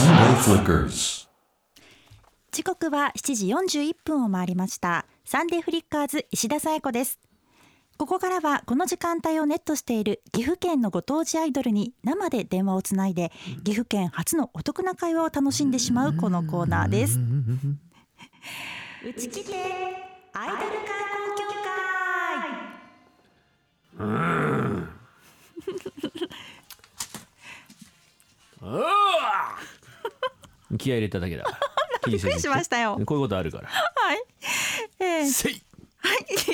Sunday Flickers。 時刻は7時41分を回りました。サンデーフリッカーズ石田紗友子です。ここからはこの時間帯をネットしている岐阜県のご当地アイドルに生で電話をつないで岐阜県初のお得な会話を楽しんでしまうこのコーナーです。うちきてアイドル観光協会気合い入れただけだ。 びっくりしましたよ。 こういうことあるから。 はい、 せいはい、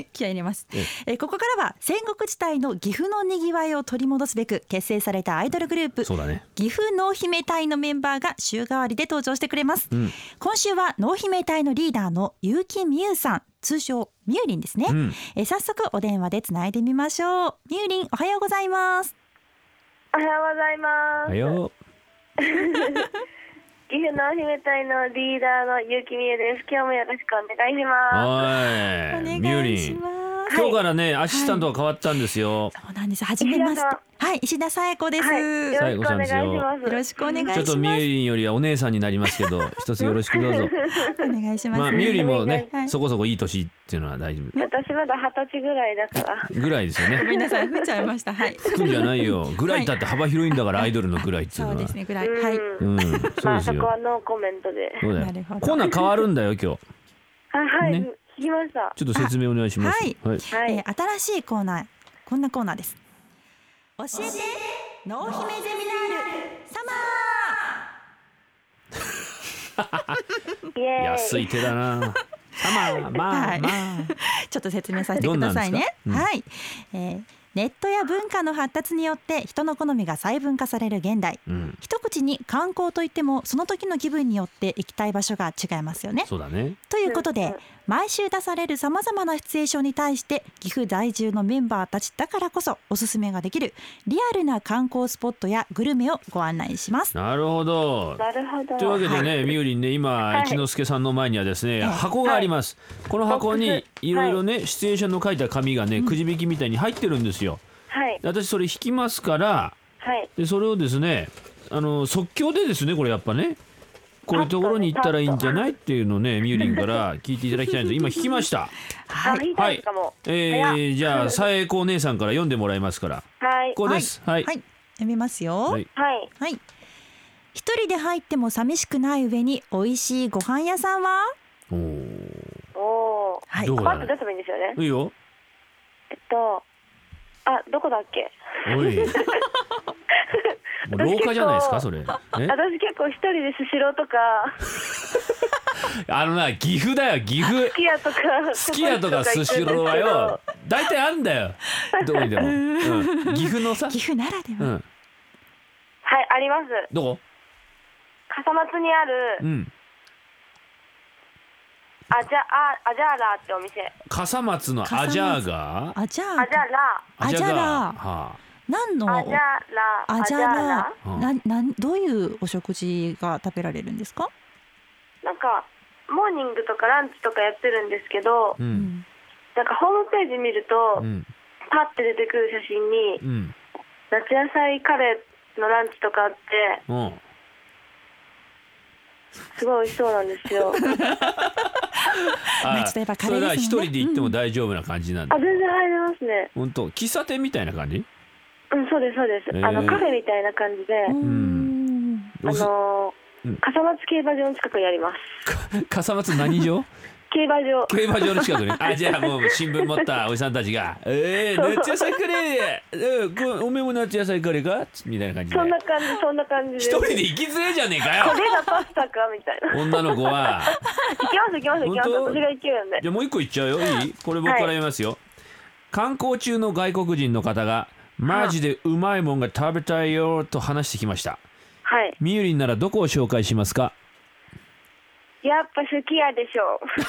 気合い入れます。ここからは戦国時代の岐阜のにぎわいを取り戻すべく結成されたアイドルグループ、 そうだね、 岐阜濃姫隊のメンバーが週替わりで登場してくれます。今週は濃姫隊のリーダーの結城美優さん、通称みゆりんですね。早速お電話でつないでみましょう。みゆりん、おはようございます。 おはようございます。 おはよう。 岐阜の姫隊のリーダーの結城美優です。今日もよろしくお願いします。 おい、みゆりん、今日からね、アシスタントが変わったんですよ。 そうなんです。はじめまして。はい、石田紗友子です。 よろしくお願いします。 よろしくお願いします。 ちょっとみゆりんよりはお姉さんになりますけど、一つよろしくどうぞ。 お願いします。 みゆりんもね、 はい、 そこそこいい年っていうのは大丈夫。 私まだ20歳ぐらいだから。 ぐらいですよね。 ごめんなさい、吹いちゃいました。はい。 吹くんじゃないよ。ぐらいだって幅広いんだから、アイドルのぐらいっていうのは。 そうですね、ぐらい。はい。 そうですよ。 そこはノーコメントで。 そうだよ。コーナー変わるんだよ今日。 はい、聞きました。 ちょっと説明お願いします。 はい。新しいコーナー、こんなコーナーです。教えて濃姫ゼミナールサマー。 安い手だな。サマー、まあ、 ちょっと説明させてくださいね。はい。ネットや文化の発達によって人の好みが細分化される現代、一口に観光といってもその時の気分によって行きたい場所が違いますよね。 そうだね。 ということで、毎週出されるさまざまなシチュエーションに対して岐阜在住のメンバーたちだからこそおすすめができるリアルな観光スポットやグルメをご案内します。 なるほど。というわけでね、みゆりんね、今一之輔さんの前にはですね、箱があります。この箱にいろいろね、シチュエーションの書いた紙がね、くじ引きみたいに入ってるんですよ。私それ引きますから、でそれをですね、即興でですね、これやっぱね、こういうところに行ったらいいんじゃないっていうのをね、みゆりんから聞いていただきたいんです。今引きました。 はい。 じゃあさえこお姉さんから読んでもらいますから。こうです。はい。 読みますよ。 はい。 一人で入っても寂しくない上に美味しいご飯屋さんは？ はい。パッと出せばいいんですよね。 いいよ。 どこだっけ？ おい。廊下じゃないですかそれ。 私結構一人でスシローとか。 岐阜だよ、岐阜。 すき家とか。 すき家とかスシローはよ、大体あんだよ。どこにでも。岐阜のさ。 岐阜ならでは。 はい、あります。 どこ？ 笠松にある。アジャーラーってお店。 笠松のアジャーガー？ アジャーラー。何のアジャーラー？どういうお食事が食べられるんですか？ なんかモーニングとかランチとかやってるんですけど、なんかホームページ見ると、パッて出てくる写真に、夏野菜カレーのランチとかあって、すごい美味しそうなんですよ。 それは一人で行っても大丈夫な感じなんだ。 全然入れますね。 本当？喫茶店みたいな感じ？ そうですそうです。カフェみたいな感じで、笠松競馬場の近くにあります。 笠松何場？ 競馬場の近くに。じゃあもう新聞持ったおじさんたちが夏野菜カレー、おめえも夏野菜カレーかみたいな感じで。 そんな感じで。 一人で行きづれじゃねえかよ。 これがパスタかみたいな。 女の子は。 行きます。私が行けるんで。 じゃあもう一個行っちゃうよ。いい？これ僕から言いますよ。観光中の外国人の方がマジでうまいもんが食べたいよと話してきました。みゆりんならどこを紹介しますか？ やっぱすき家でし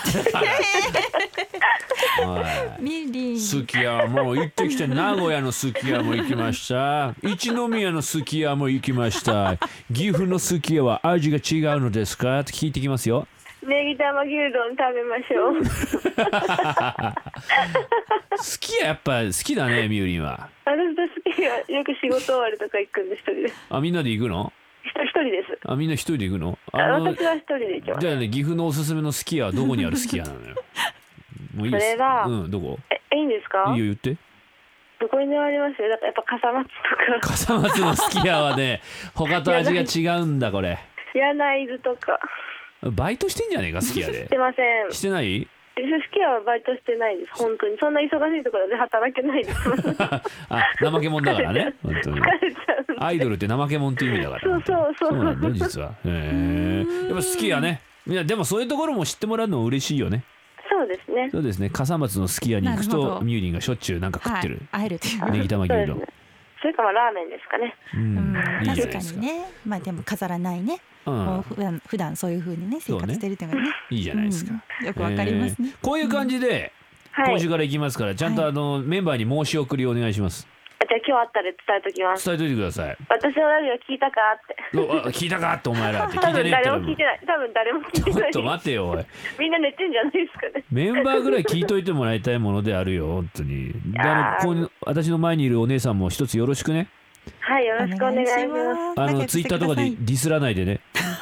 ょ。 みゆりん。 すき家も行ってきて、名古屋のすき家も行きました。一宮のすき家も行きました。岐阜のすき家は味が違うのですかって聞いてきますよ。 ネギ玉牛丼食べましょう。 すき家やっぱ好きだね、みゆりんは。 私と好き家よく仕事終わりとか行くんで一人で。 みんなで行くの？ 一人です。 みんな一人で行くの？ 私は一人で行きます。 じゃあね、岐阜のおすすめのすき家はどこにあるすき家なのよ。もういいです。 それは、 どこ？ いいんですか？ いいよ、言って。 どこにでもありますよ。だからやっぱ笠松とか。 笠松のすき家はね、他と味が違うんだこれ。 柳津とか。 バイトしてんじゃねえか、すき家で。 してません。 してない？ すき家はバイトしてないです。本当にそんな忙しいところで働けないです。 怠け者だからね、本当に。アイドルって怠け者っていう意味だから。そうなんだ実は。やっぱすき家ね。いやでもそういうところも知ってもらうの嬉しいよね。 そうですね。 そうですね。笠松のすき家に行くとミューリンがしょっちゅうなんか食ってる。 会えるっていう。 ネギ玉牛丼。 それかもラーメンですかね。 確かにね。まあでも飾らないね。普段そういう風にね生活してるっていうのがね。 いいじゃないですか。 よくわかりますね。 こういう感じで今週から行きますから、ちゃんとメンバーに申し送りお願いします。 じゃあ今日あったら伝えときます。 伝えといてください。 私のラジオ聞いたかって。 聞いたかってお前らって聞いてねえって。 誰も聞いてない。多分誰も聞いてない。 ちょっと待てよおい。 みんな寝てんじゃないですかね。 メンバーぐらい聞いといてもらいたいものであるよ本当に。ここ私の前にいるお姉さんも一つよろしくね。 はい、よろしくお願いします。ツイッターとかでディスらないでね。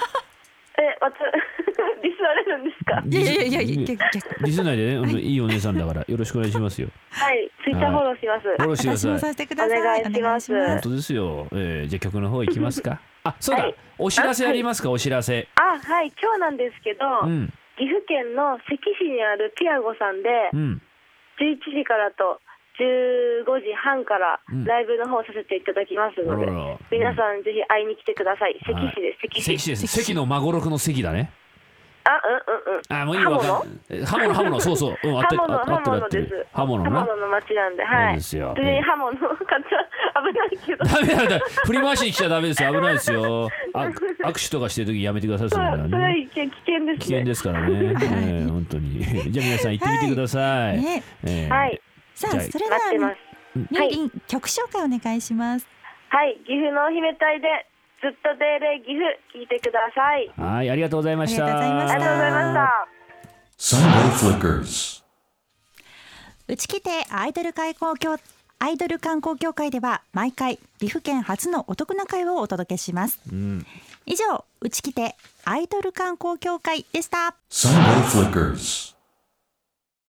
ディスられるんですか？ いやディスないでね。いいお姉さんだからよろしくお願いしますよ。 はい、ツイッターフォローします。 フォローしてください。 させてください。 お願いします。 本当ですよ。じゃあ曲の方行きますか。そうだ。お知らせありますか？お知らせ。 はい、今日なんですけど、岐阜県の関市にあるピアゴさんで11時からと15時半からライブの方させていただきますので、皆さんぜひ会いに来てください。関市です。 関市です。関の孫六の関だね。もういいわ。刃物、そうそう。 刃物です。刃物の町なんで、はい。 ですよ。 刃物の方危ないけど。 ダメだ。振り回しに来ちゃダメですよ。危ないですよ。握手とかしてる時やめてください。それは危険ですね。 危険ですからね。本当に。じゃあ皆さん行ってみてください。 はい。 さあそれではミューリン曲紹介お願いします。 はい、岐阜の姫隊でずっとデーレ岐阜聞いてください。 はい、ありがとうございました。 ありがとうございました。Sunday Flickers。内木亭アイドル観光協会では毎回岐阜県初のお得な会をお届けします。以上、内木亭アイドル観光協会でした。Sunday Flickers。